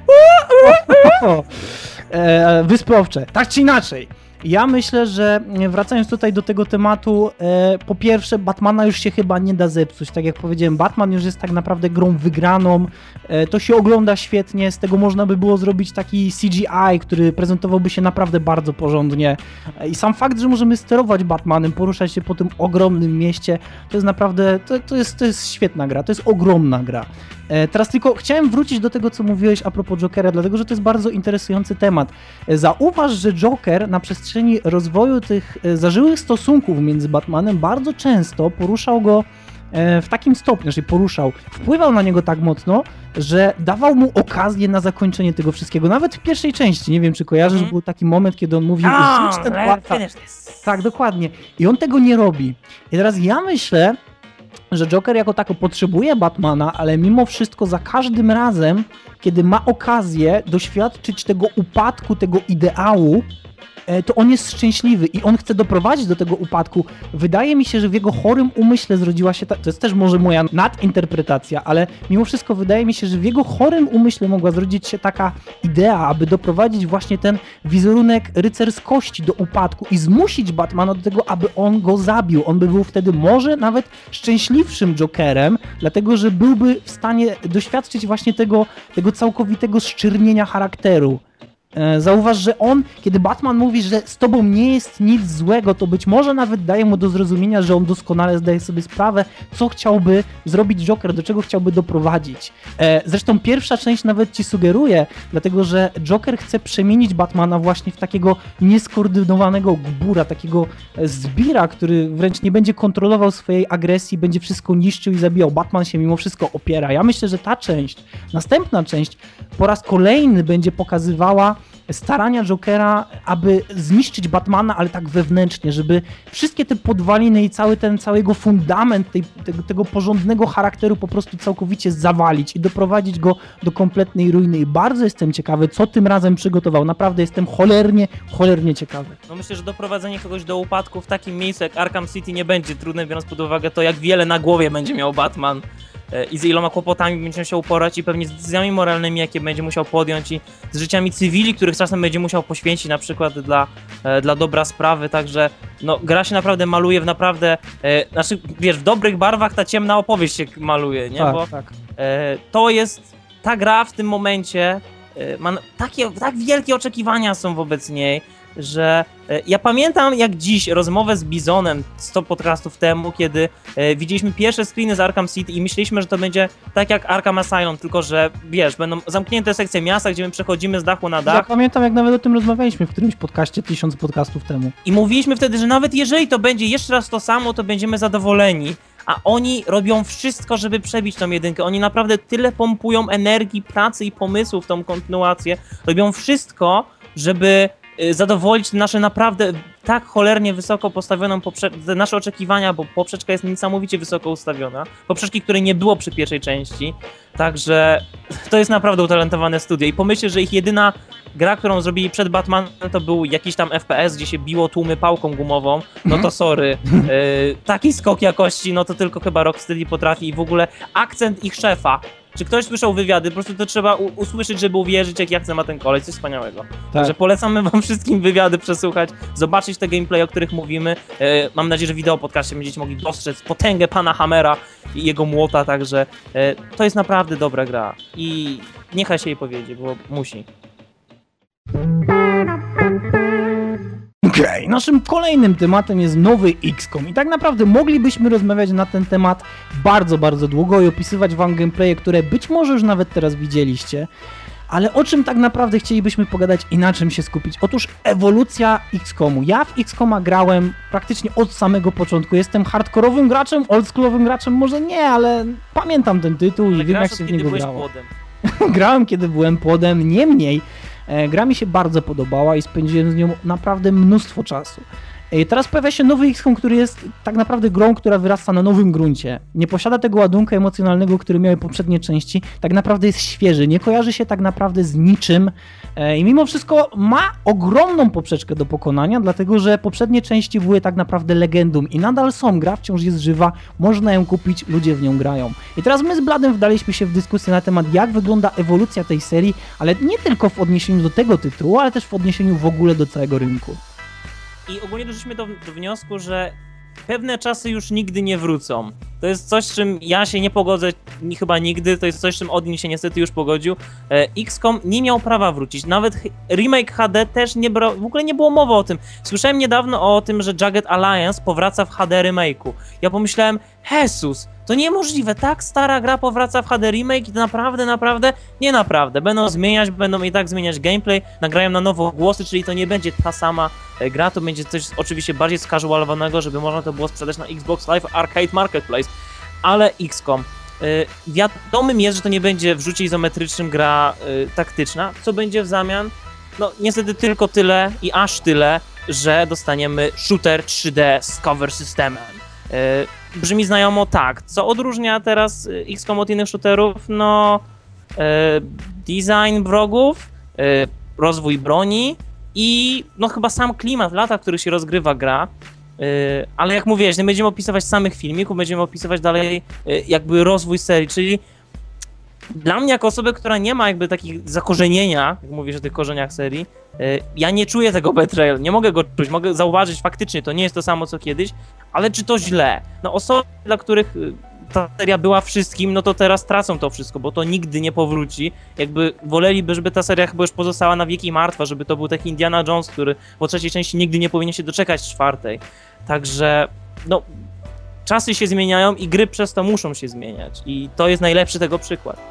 Wyspy Owcze. Tak czy inaczej. Ja myślę, że wracając tutaj do tego tematu, po pierwsze Batmana już się chyba nie da zepsuć. Tak jak powiedziałem, Batman już jest tak naprawdę grą wygraną. To się ogląda świetnie, z tego można by było zrobić taki CGI, który prezentowałby się naprawdę bardzo porządnie. I sam fakt, że możemy sterować Batmanem, poruszać się po tym ogromnym mieście, to jest naprawdę, to jest świetna gra, to jest ogromna gra. Teraz tylko chciałem wrócić do tego, co mówiłeś a propos Jokera, dlatego, że to jest bardzo interesujący temat. Zauważ, że Joker na przestrzeni rozwoju tych zażyłych stosunków między Batmanem bardzo często poruszał go w takim stopniu, że wpływał na niego tak mocno, że dawał mu okazję na zakończenie tego wszystkiego. Nawet w pierwszej części, nie wiem czy kojarzysz, był taki moment, kiedy on mówił, rzuć ten płata. Tak, dokładnie. I on tego nie robi. I teraz ja myślę, że Joker jako tako potrzebuje Batmana, ale mimo wszystko za każdym razem, kiedy ma okazję doświadczyć tego upadku, tego ideału, to on jest szczęśliwy i on chce doprowadzić do tego upadku. Wydaje mi się, że w jego chorym umyśle zrodziła się to jest też może moja nadinterpretacja, ale mimo wszystko wydaje mi się, że w jego chorym umyśle mogła zrodzić się taka idea, aby doprowadzić właśnie ten wizerunek rycerskości do upadku i zmusić Batmana do tego, aby on go zabił. On by był wtedy może nawet szczęśliwszym Jokerem, dlatego że byłby w stanie doświadczyć właśnie tego całkowitego szczernienia charakteru. Zauważ, że on, kiedy Batman mówi, że z tobą nie jest nic złego, to być może nawet daje mu do zrozumienia, że on doskonale zdaje sobie sprawę, co chciałby zrobić Joker, do czego chciałby doprowadzić. Zresztą pierwsza część nawet ci sugeruje, dlatego że Joker chce przemienić Batmana właśnie w takiego nieskoordynowanego gbura, takiego zbira, który wręcz nie będzie kontrolował swojej agresji, będzie wszystko niszczył i zabijał. Batman się mimo wszystko opiera. Ja myślę, że ta część, następna część po raz kolejny będzie pokazywała starania Jokera, aby zniszczyć Batmana, ale tak wewnętrznie, żeby wszystkie te podwaliny i cały jego fundament tego porządnego charakteru po prostu całkowicie zawalić i doprowadzić go do kompletnej ruiny. I bardzo jestem ciekawy, co tym razem przygotował. Naprawdę jestem cholernie ciekawy. No myślę, że doprowadzenie kogoś do upadku w takim miejscu jak Arkham City nie będzie trudne, biorąc pod uwagę to, jak wiele na głowie będzie miał Batman i z iloma kłopotami będzie musiał uporać i pewnie z decyzjami moralnymi, jakie będzie musiał podjąć i z życiami cywili, których czasem będzie musiał poświęcić na przykład dla dobra sprawy, także no gra się naprawdę maluje w naprawdę, znaczy wiesz, w dobrych barwach ta ciemna opowieść się maluje, nie? Tak, bo tak. To jest, ta gra w tym momencie ma tak wielkie oczekiwania są wobec niej, że ja pamiętam jak dziś rozmowę z Bizonem 100 podcastów temu, kiedy widzieliśmy pierwsze screeny z Arkham City i myśleliśmy, że to będzie tak jak Arkham Asylum, tylko że wiesz, będą zamknięte sekcje miasta, gdzie my przechodzimy z dachu na dach. Ja pamiętam, jak nawet o tym rozmawialiśmy w którymś podcaście 1000 podcastów temu. I mówiliśmy wtedy, że nawet jeżeli to będzie jeszcze raz to samo, to będziemy zadowoleni. A oni robią wszystko, żeby przebić tą jedynkę. Oni naprawdę tyle pompują energii, pracy i pomysłu w tą kontynuację. Robią wszystko, żeby zadowolić nasze naprawdę tak cholernie wysoko postawioną nasze oczekiwania, bo poprzeczka jest niesamowicie wysoko ustawiona. Poprzeczki, której nie było przy pierwszej części. Także to jest naprawdę utalentowane studio. I pomyślę, że ich jedyna gra, którą zrobili przed Batmanem, to był jakiś tam FPS, gdzie się biło tłumy pałką gumową. No to sorry. Taki skok jakości, no to tylko chyba Rocksteady potrafi i w ogóle akcent ich szefa. Czy ktoś słyszał wywiady? Po prostu to trzeba usłyszeć, żeby uwierzyć, jak akcent ma ten koleś. Coś wspaniałego. Tak. Także polecamy wam wszystkim wywiady przesłuchać, zobaczyć te gameplay, o których mówimy. Mam nadzieję, że wideo podcaście będziecie mogli dostrzec potęgę pana Hammera i jego młota, także to jest naprawdę dobra gra. I niechaj się jej powiedzie, bo musi. Okej, naszym kolejnym tematem jest nowy XCOM i tak naprawdę moglibyśmy rozmawiać na ten temat bardzo długo i opisywać wam gameplaye, które być może już nawet teraz widzieliście, ale o czym tak naprawdę chcielibyśmy pogadać i na czym się skupić? Otóż ewolucja XCOMu. Ja w XCOMa grałem praktycznie od samego początku. Jestem hardkorowym graczem, oldschoolowym graczem, może nie, ale pamiętam ten tytuł i wiem, jak się w niego grało. Grałem, kiedy byłem płodem, niemniej gra mi się bardzo podobała i spędziłem z nią naprawdę mnóstwo czasu. Teraz pojawia się nowy XCOM, który jest tak naprawdę grą, która wyrasta na nowym gruncie. Nie posiada tego ładunku emocjonalnego, który miały poprzednie części. Tak naprawdę jest świeży, nie kojarzy się tak naprawdę z niczym i mimo wszystko ma ogromną poprzeczkę do pokonania, dlatego że poprzednie części były tak naprawdę legendą i nadal są, gra wciąż jest żywa, można ją kupić, ludzie w nią grają. I teraz my z Bladem wdaliśmy się w dyskusję na temat, jak wygląda ewolucja tej serii, ale nie tylko w odniesieniu do tego tytułu, ale też w odniesieniu w ogóle do całego rynku. I ogólnie doszliśmy do wniosku, że pewne czasy już nigdy nie wrócą. To jest coś, z czym ja się nie pogodzę chyba nigdy, to jest coś, z czym Odin się niestety już pogodził. XCOM nie miał prawa wrócić, nawet remake HD też nie brał, w ogóle nie było mowy o tym. Słyszałem niedawno o tym, że Jagged Alliance powraca w HD remake'u. Ja pomyślałem, Jesus, to niemożliwe, tak stara gra powraca w HD remake i to naprawdę, nie naprawdę. Będą i tak zmieniać gameplay, nagrają na nowo głosy, czyli to nie będzie ta sama gra, to będzie coś oczywiście bardziej skażualowanego, żeby można to było sprzedać na Xbox Live Arcade Marketplace. Ale XCOM, wiadomym jest, że to nie będzie w rzucie izometrycznym gra taktyczna, co będzie w zamian? No niestety tylko tyle i aż tyle, że dostaniemy shooter 3D z cover systemem. Brzmi znajomo, tak. Co odróżnia teraz XCOM od innych shooterów? No design wrogów, rozwój broni i no chyba sam klimat, lata, w których się rozgrywa gra. Ale jak mówiłeś, nie będziemy opisywać samych filmików, będziemy opisywać dalej jakby rozwój serii, czyli dla mnie jako osoby, która nie ma jakby takich zakorzenienia, jak mówisz o tych korzeniach serii, ja nie czuję tego betrayal, nie mogę go czuć, mogę zauważyć faktycznie, to nie jest to samo co kiedyś, ale czy to źle? No osoby, dla których ta seria była wszystkim, no to teraz tracą to wszystko, bo to nigdy nie powróci. Jakby woleliby, żeby ta seria chyba już pozostała na wieki martwa, żeby to był taki Indiana Jones, który po trzeciej części nigdy nie powinien się doczekać czwartej. Także, no, czasy się zmieniają i gry przez to muszą się zmieniać i to jest najlepszy tego przykład.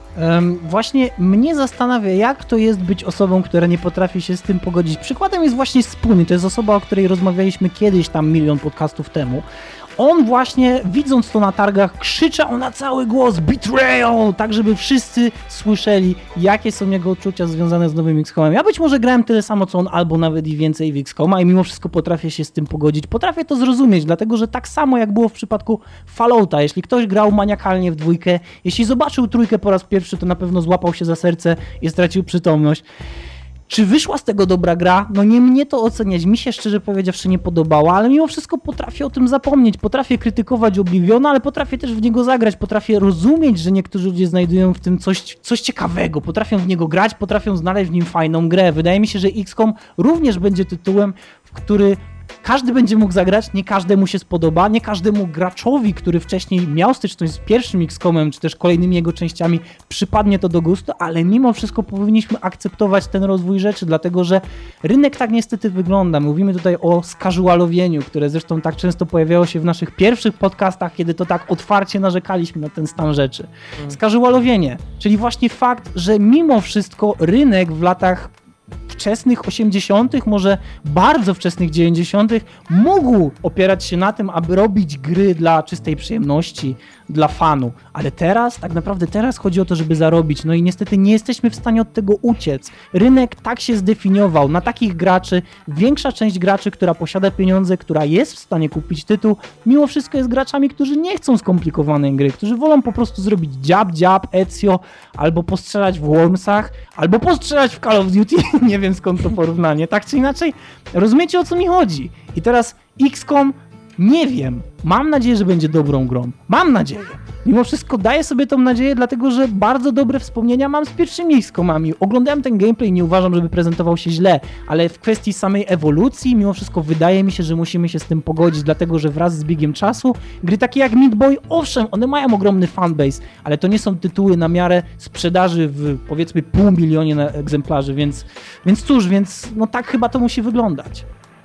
Właśnie mnie zastanawia, jak to jest być osobą, która nie potrafi się z tym pogodzić. Przykładem jest właśnie Spoony, to jest osoba, o której rozmawialiśmy kiedyś tam milion podcastów temu. On właśnie, widząc to na targach, krzyczał na cały głos betrayal, tak żeby wszyscy słyszeli, jakie są jego odczucia związane z nowym XCOM-em. Ja być może grałem tyle samo co on, albo nawet i więcej w XCOM-a i mimo wszystko potrafię się z tym pogodzić. Potrafię to zrozumieć, dlatego że tak samo jak było w przypadku Fallouta, jeśli ktoś grał maniakalnie w dwójkę, jeśli zobaczył trójkę po raz pierwszy, to na pewno złapał się za serce i stracił przytomność. Czy wyszła z tego dobra gra? No nie mnie to oceniać, mi się szczerze powiedziawszy nie podobała, ale mimo wszystko potrafię o tym zapomnieć, potrafię krytykować Obliviona, ale potrafię też w niego zagrać, potrafię rozumieć, że niektórzy ludzie znajdują w tym coś ciekawego, potrafią w niego grać, potrafią znaleźć w nim fajną grę. Wydaje mi się, że XCOM również będzie tytułem, w który każdy będzie mógł zagrać, nie każdemu się spodoba, nie każdemu graczowi, który wcześniej miał styczność z pierwszym XCOM-em, czy też kolejnymi jego częściami, przypadnie to do gustu, ale mimo wszystko powinniśmy akceptować ten rozwój rzeczy, dlatego że rynek tak niestety wygląda. Mówimy tutaj o skażualowieniu, które zresztą tak często pojawiało się w naszych pierwszych podcastach, kiedy to tak otwarcie narzekaliśmy na ten stan rzeczy. Skażualowienie, czyli właśnie fakt, że mimo wszystko rynek w latach wczesnych 80., może bardzo wczesnych 90. mógł opierać się na tym, aby robić gry dla czystej przyjemności, dla fanu, ale teraz, tak naprawdę teraz chodzi o to, żeby zarobić, no i niestety nie jesteśmy w stanie od tego uciec. Rynek tak się zdefiniował, na takich graczy, większa część graczy, która posiada pieniądze, która jest w stanie kupić tytuł, mimo wszystko jest graczami, którzy nie chcą skomplikowanej gry, którzy wolą po prostu zrobić dziab, Ezio, albo postrzelać w Wormsach, albo postrzelać w Call of Duty, nie wiem skąd to porównanie, tak czy inaczej, rozumiecie o co mi chodzi? I teraz XCOM, nie wiem, mam nadzieję, że będzie dobrą grą, mam nadzieję. Mimo wszystko daję sobie tą nadzieję, dlatego że bardzo dobre wspomnienia mam z pierwszymi XCOMami. Oglądałem ten gameplay i nie uważam, żeby prezentował się źle, ale w kwestii samej ewolucji, mimo wszystko wydaje mi się, że musimy się z tym pogodzić, dlatego że wraz z biegiem czasu gry takie jak Meat Boy, owszem, one mają ogromny fanbase, ale to nie są tytuły na miarę sprzedaży w powiedzmy 500 000 egzemplarzy, więc cóż, no tak chyba to musi wyglądać.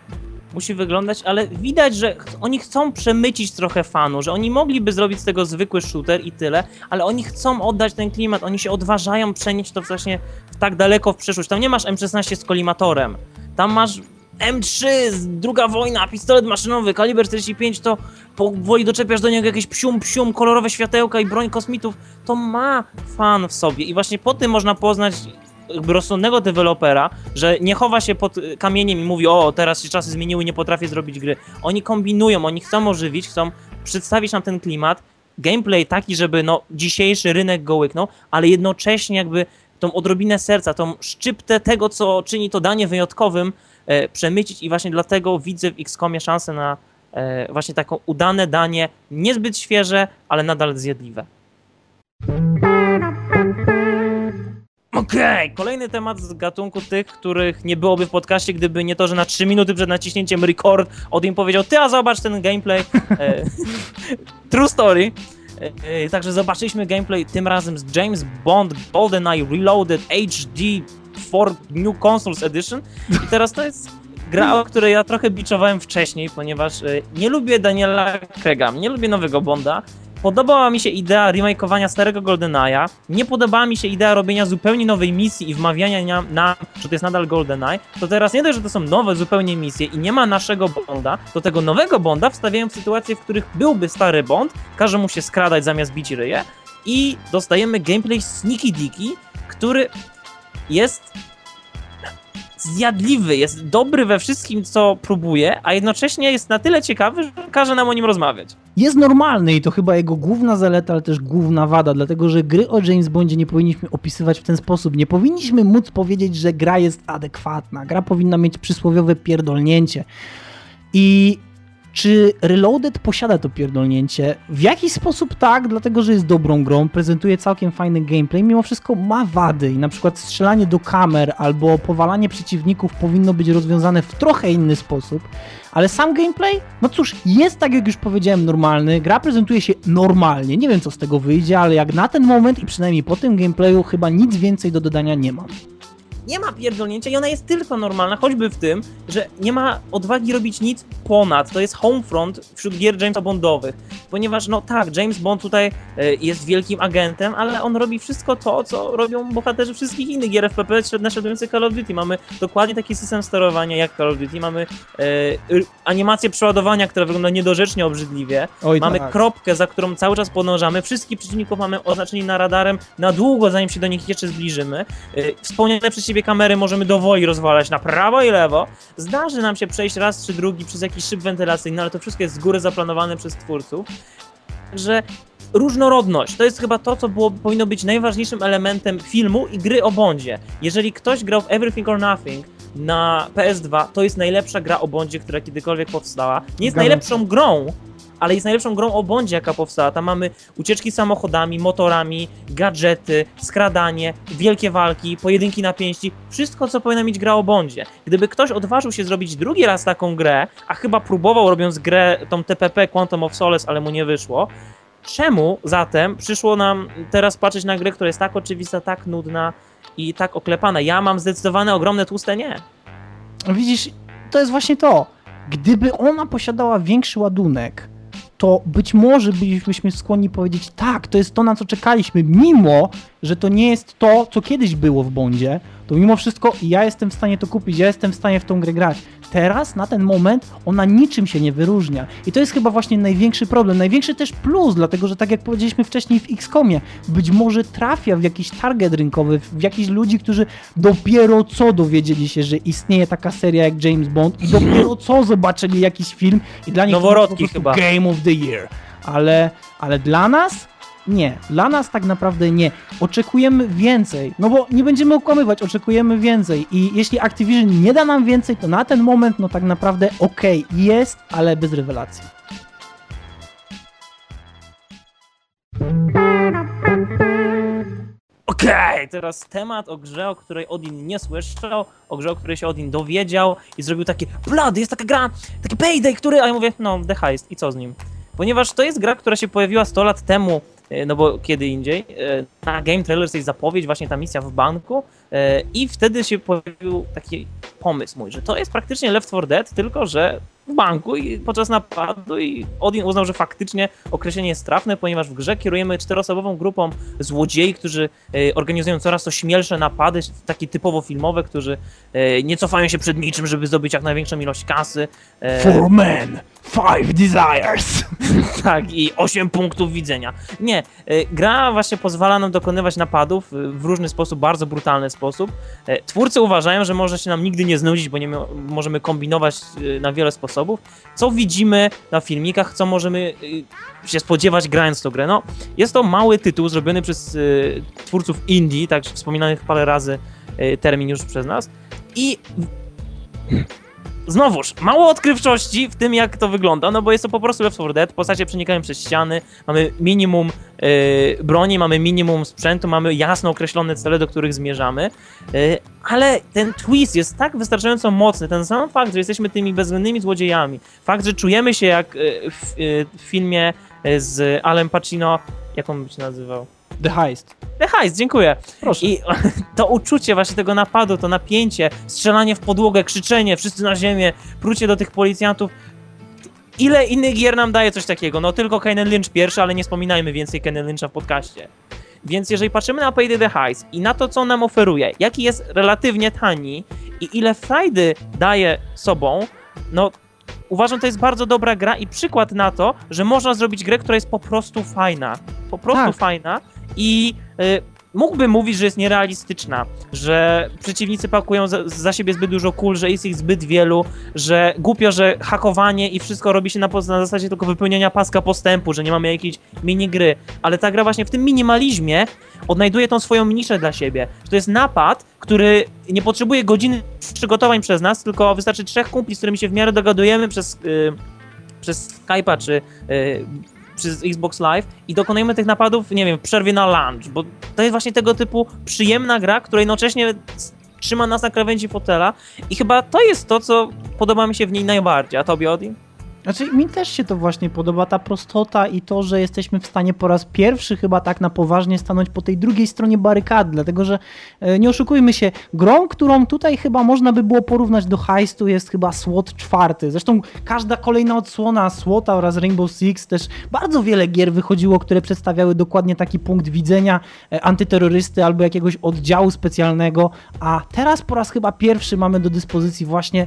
Musi wyglądać, ale widać, że oni chcą przemycić trochę fanu, że oni mogliby zrobić z tego zwykły shooter i tyle, ale oni chcą oddać ten klimat, oni się odważają przenieść to właśnie tak daleko w przyszłość. Tam nie masz M16 z kolimatorem, tam masz M3, druga wojna, pistolet maszynowy, kaliber 45, to powoli doczepiasz do niego jakieś psium, kolorowe światełka i broń kosmitów. To ma fan w sobie i właśnie po tym można poznać jakby rozsądnego dewelopera, że nie chowa się pod kamieniem i mówi, o, teraz się czasy zmieniły, nie potrafię zrobić gry. Oni kombinują, oni chcą ożywić, chcą przedstawić nam ten klimat, gameplay taki, żeby no dzisiejszy rynek go łyknął, ale jednocześnie jakby tą odrobinę serca, tą szczyptę tego, co czyni to danie wyjątkowym, przemycić i właśnie dlatego widzę w XCOMie szansę na właśnie taką udane danie, niezbyt świeże, ale nadal zjadliwe. Okej, kolejny temat z gatunku tych, których nie byłoby w podcaście, gdyby nie to, że na 3 minuty przed naciśnięciem record Odin powiedział, ty, a zobacz ten gameplay. True story. Także zobaczyliśmy gameplay tym razem z James Bond GoldenEye Reloaded HD for New Consoles Edition i teraz to jest gra, o której ja trochę biczowałem wcześniej, ponieważ nie lubię Daniela Craiga, nie lubię nowego Bonda. Podobała mi się idea remakeowania starego GoldenEye'a, nie podobała mi się idea robienia zupełnie nowej misji i wmawiania nam, że to jest nadal GoldenEye, to teraz nie dość, że to są nowe zupełnie misje i nie ma naszego Bonda, to tego nowego Bonda wstawiają w sytuacje, w których byłby stary Bond, każe mu się skradać zamiast bić ryje i dostajemy gameplay Sneaky Dicky, który jest zjadliwy, jest dobry we wszystkim, co próbuje, a jednocześnie jest na tyle ciekawy, że każe nam o nim rozmawiać. Jest normalny i to chyba jego główna zaleta, ale też główna wada, dlatego że gry o James Bondzie nie powinniśmy opisywać w ten sposób. Nie powinniśmy móc powiedzieć, że gra jest adekwatna. Gra powinna mieć przysłowiowe pierdolnięcie. I czy Reloaded posiada to pierdolnięcie? W jakiś sposób tak, dlatego że jest dobrą grą, prezentuje całkiem fajny gameplay, mimo wszystko ma wady i na przykład strzelanie do kamer albo powalanie przeciwników powinno być rozwiązane w trochę inny sposób, ale sam gameplay, no cóż, jest tak jak już powiedziałem normalny, gra prezentuje się normalnie, nie wiem co z tego wyjdzie, ale jak na ten moment i przynajmniej po tym gameplayu chyba nic więcej do dodania nie mam. Nie ma pierdolnięcia i ona jest tylko normalna, choćby w tym, że nie ma odwagi robić nic ponad. To jest homefront wśród gier Jamesa Bondowych, ponieważ no tak, James Bond tutaj jest wielkim agentem, ale on robi wszystko to, co robią bohaterzy wszystkich innych gier FPP naśladujących Call of Duty. Mamy dokładnie taki system sterowania jak Call of Duty, mamy animację przeładowania, która wygląda niedorzecznie obrzydliwie, mamy kropkę, za którą cały czas podążamy, wszystkich przeciwników mamy oznaczeni na radarem na długo, zanim się do nich jeszcze zbliżymy. Wspomniane przez siebie kamery możemy do woli rozwalać na prawo i lewo. Zdarzy nam się przejść raz czy drugi przez jakiś szyb wentylacyjny, ale to wszystko jest z góry zaplanowane przez twórców. Także różnorodność to jest chyba to, co powinno być najważniejszym elementem filmu i gry o Bondzie. Jeżeli ktoś grał w Everything or Nothing na PS2, to jest najlepsza gra o Bondzie, która kiedykolwiek powstała. Nie jest najlepszą grą, ale jest najlepszą grą o Bondzie, jaka powstała. Tam mamy ucieczki samochodami, motorami, gadżety, skradanie, wielkie walki, pojedynki na pięści. Wszystko, co powinna mieć gra o Bondzie. Gdyby ktoś odważył się zrobić drugi raz taką grę, a chyba próbował robiąc grę, tą TPP Quantum of Solace, ale mu nie wyszło, czemu zatem przyszło nam teraz patrzeć na grę, która jest tak oczywista, tak nudna i tak oklepana? Ja mam zdecydowane, ogromne, tłuste nie. Widzisz, to jest właśnie to. Gdyby ona posiadała większy ładunek, to być może bylibyśmy skłonni powiedzieć, tak, to jest to, na co czekaliśmy, mimo że to nie jest to, co kiedyś było w Bondzie, to mimo wszystko ja jestem w stanie to kupić, ja jestem w stanie w tą grę grać. Teraz, na ten moment, ona niczym się nie wyróżnia. I to jest chyba właśnie największy problem, największy też plus, dlatego że tak jak powiedzieliśmy wcześniej w XCOMie, być może trafia w jakiś target rynkowy, w jakichś ludzi, którzy dopiero co dowiedzieli się, że istnieje taka seria jak James Bond i dopiero co zobaczyli jakiś film i dla nich noworodki to jest po chyba. prostu Game of the Year. Ale dla nas? Nie, dla nas tak naprawdę nie. Oczekujemy więcej, no bo nie będziemy okłamywać, oczekujemy więcej i jeśli Activision nie da nam więcej, to na ten moment no tak naprawdę okej, jest, ale bez rewelacji. Okej, teraz temat o grze, o której Odin nie słyszał, o grze, o której się Odin dowiedział i zrobił takie blady, jest taka gra, taki Payday, który, a ja mówię, no The Heist i co z nim? Ponieważ to jest gra, która się pojawiła 100 lat temu, no bo kiedy indziej, na Game Trailers jest zapowiedź, właśnie ta misja w banku i wtedy się pojawił taki pomysł mój, że to jest praktycznie Left 4 Dead, tylko że w banku i podczas napadu i Odin uznał, że faktycznie określenie jest trafne, ponieważ w grze kierujemy 4-osobową grupą złodziei, którzy organizują coraz to śmielsze napady, takie typowo filmowe, którzy nie cofają się przed niczym, żeby zdobyć jak największą ilość kasy. 4 men, 5 desires. Tak, i 8 punktów widzenia. Nie, gra właśnie pozwala nam dokonywać napadów w różny sposób, bardzo brutalny sposób. Twórcy uważają, że może się nam nigdy nie znudzić, bo nie możemy kombinować na wiele sposobów. Co widzimy na filmikach, co możemy się spodziewać grając tą grę. No, jest to mały tytuł zrobiony przez twórców indie, tak wspominanych parę razy termin już przez nas. I znowuż, mało odkrywczości w tym, jak to wygląda, no bo jest to po prostu Left 4 Dead, postacie przenikają przez ściany, mamy minimum broni, mamy minimum sprzętu, mamy jasno określone cele, do których zmierzamy, ale ten twist jest tak wystarczająco mocny, ten sam fakt, że jesteśmy tymi bezwzględnymi złodziejami, fakt, że czujemy się jak w filmie z Alem Pacino, jak on by się nazywał? The Heist. The Heist, dziękuję. Proszę. I to uczucie właśnie tego napadu, to napięcie, strzelanie w podłogę, krzyczenie, wszyscy na ziemię, prucie do tych policjantów. Ile innych gier nam daje coś takiego? No tylko Kane Lynch pierwszy, ale nie wspominajmy więcej Kane Lyncha w podcaście. Więc jeżeli patrzymy na Payday the Heist i na to, co on nam oferuje, jaki jest relatywnie tani i ile frajdy daje sobą, no uważam, to jest bardzo dobra gra i przykład na to, że można zrobić grę, która jest po prostu fajna. Po prostu tak. fajna i mógłbym mówić, że jest nierealistyczna, że przeciwnicy pakują za siebie zbyt dużo kul, że jest ich zbyt wielu, że głupio, że hakowanie i wszystko robi się na zasadzie tylko wypełniania paska postępu, że nie mamy jakiejś minigry, ale ta gra właśnie w tym minimalizmie odnajduje tą swoją niszę dla siebie. Że to jest napad, który nie potrzebuje godziny przygotowań przez nas, tylko wystarczy 3 kumpli, z którymi się w miarę dogadujemy przez Skype'a czy przez Xbox Live i dokonujemy tych napadów, nie wiem, w przerwie na lunch, bo to jest właśnie tego typu przyjemna gra, która jednocześnie trzyma nas na krawędzi fotela i chyba to jest to, co podoba mi się w niej najbardziej. A tobie, Odin? Znaczy, mi też się to właśnie podoba, ta prostota i to, że jesteśmy w stanie po raz pierwszy chyba tak na poważnie stanąć po tej drugiej stronie barykady, dlatego że nie oszukujmy się, grą, którą tutaj chyba można by było porównać do Heistu jest chyba SWAT 4. Zresztą każda kolejna odsłona SWAT-a oraz Rainbow Six, też bardzo wiele gier wychodziło, które przedstawiały dokładnie taki punkt widzenia antyterrorysty albo jakiegoś oddziału specjalnego, a teraz po raz chyba pierwszy mamy do dyspozycji właśnie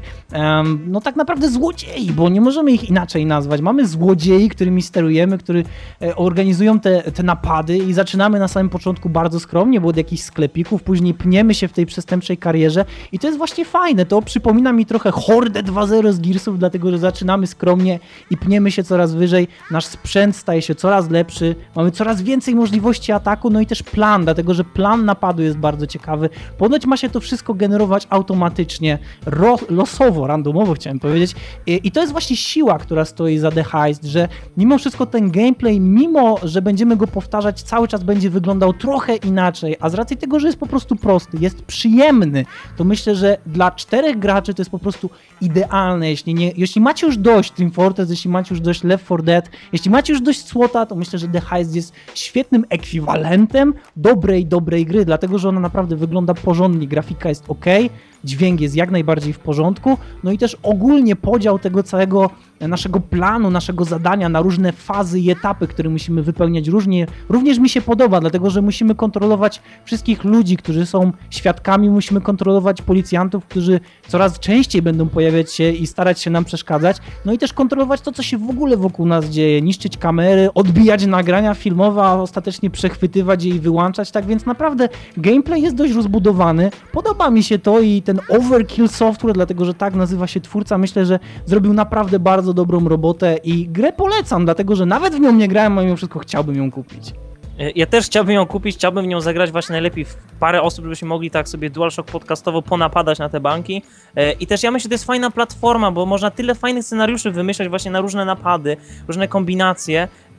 no tak naprawdę złodziei, bo nie możemy ich inaczej nazwać. Mamy złodziei, którymi sterujemy, którzy organizują te napady i zaczynamy na samym początku bardzo skromnie, bo od jakichś sklepików, później pniemy się w tej przestępczej karierze i to jest właśnie fajne. To przypomina mi trochę Hordę 2.0 z Gearsów, dlatego że zaczynamy skromnie i pniemy się coraz wyżej. Nasz sprzęt staje się coraz lepszy, mamy coraz więcej możliwości ataku, no i też plan, dlatego że plan napadu jest bardzo ciekawy. Ponoć ma się to wszystko generować automatycznie, losowo, randomowo chciałem powiedzieć i to jest właśnie siła, która stoi za The Heist, że mimo wszystko ten gameplay, mimo że będziemy go powtarzać, cały czas będzie wyglądał trochę inaczej, a z racji tego, że jest po prostu prosty, jest przyjemny, to myślę, że dla 4 graczy to jest po prostu idealne. Jeśli macie już dość Team Fortress, jeśli macie już dość Left 4 Dead, jeśli macie już dość SWAT-a, to myślę, że The Heist jest świetnym ekwiwalentem dobrej gry, dlatego, że ona naprawdę wygląda porządnie, grafika jest ok, dźwięk jest jak najbardziej w porządku, no i też ogólnie podział tego całego naszego planu, naszego zadania na różne fazy i etapy, które musimy wypełniać różnie, również mi się podoba, dlatego że musimy kontrolować wszystkich ludzi, którzy są świadkami, musimy kontrolować policjantów, którzy coraz częściej będą pojawiać się i starać się nam przeszkadzać, no i też kontrolować to, co się w ogóle wokół nas dzieje, niszczyć kamery, odbijać nagrania filmowe, a ostatecznie przechwytywać je i wyłączać, tak więc naprawdę gameplay jest dość rozbudowany, podoba mi się to i ten Overkill Software, dlatego że tak nazywa się twórca, myślę, że zrobił naprawdę bardzo dobrą robotę i grę polecam, dlatego że nawet w nią nie grałem, a mimo wszystko chciałbym ją kupić. Ja też chciałbym ją kupić, chciałbym w nią zagrać właśnie najlepiej w parę osób, żebyśmy mogli tak sobie DualShock podcastowo ponapadać na te banki. I też ja myślę, że to jest fajna platforma, bo można tyle fajnych scenariuszy wymyślać właśnie na różne napady, różne kombinacje.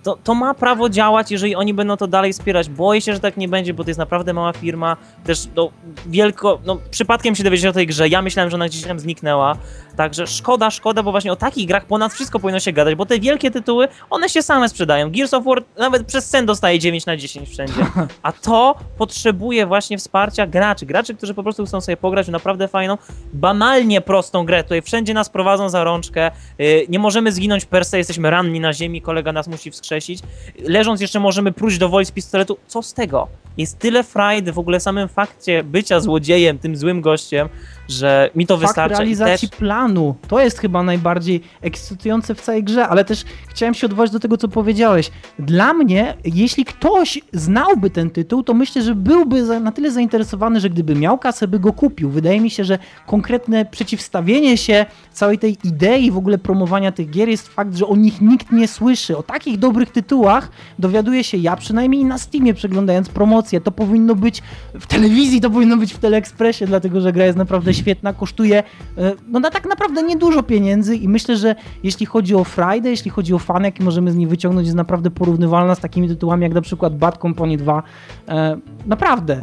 to ma prawo działać, jeżeli oni będą to dalej wspierać. Boję się, że tak nie będzie, bo to jest naprawdę mała firma. Też przypadkiem się dowiedzieć o tej grze. Ja myślałem, że ona gdzieś tam zniknęła. Także szkoda, bo właśnie o takich grach ponad wszystko powinno się gadać, bo te wielkie tytuły, one się same sprzedają. Gears of War nawet przez sen dostaje 9/10 wszędzie. A to potrzebuje właśnie wsparcia graczy, którzy po prostu chcą sobie pograć w naprawdę fajną, banalnie prostą grę. Tutaj wszędzie nas prowadzą za rączkę, nie możemy zginąć per se, jesteśmy ranni na ziemi, kolega nas musi wskrzesić. Leżąc jeszcze możemy próć do woli z pistoletu. Co z tego? Jest tyle frajdy w ogóle samym fakcie bycia złodziejem, tym złym gościem, że mi to wystarcza. Fakt realizacji planu, to jest chyba najbardziej ekscytujące w całej grze, ale też chciałem się odwołać do tego, co powiedziałeś. Dla mnie, jeśli ktoś znałby ten tytuł, to myślę, że byłby na tyle zainteresowany, że gdyby miał kasę, by go kupił. Wydaje mi się, że konkretne przeciwstawienie się całej tej idei w ogóle promowania tych gier jest fakt, że o nich nikt nie słyszy. O takich dobrych tytułach dowiaduję się ja, przynajmniej na Steamie, przeglądając promocję. To powinno być w telewizji, to powinno być w Teleekspresie, dlatego że gra jest naprawdę świetna, kosztuje na tak naprawdę niedużo pieniędzy i myślę, że jeśli chodzi o frajdę, jeśli chodzi o fan, jaki możemy z niej wyciągnąć, jest naprawdę porównywalna z takimi tytułami jak na przykład Bad Company 2. Naprawdę.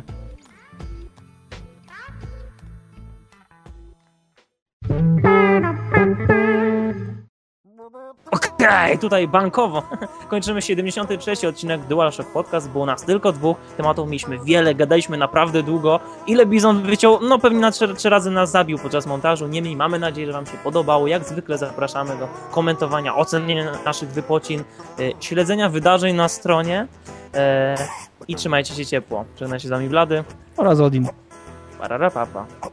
Okej, tutaj bankowo kończymy 73. odcinek DualShock Podcast. Było nas tylko 2 tematów, mieliśmy wiele, gadaliśmy naprawdę długo. Ile Bizon wyciął? No pewnie na 3 razy nas zabił podczas montażu. Niemniej mamy nadzieję, że wam się podobało. Jak zwykle zapraszamy do komentowania, oceniania naszych wypocin, śledzenia wydarzeń na stronie i trzymajcie się ciepło. Żegna się z wami Vlady oraz Odin. Pararapapa.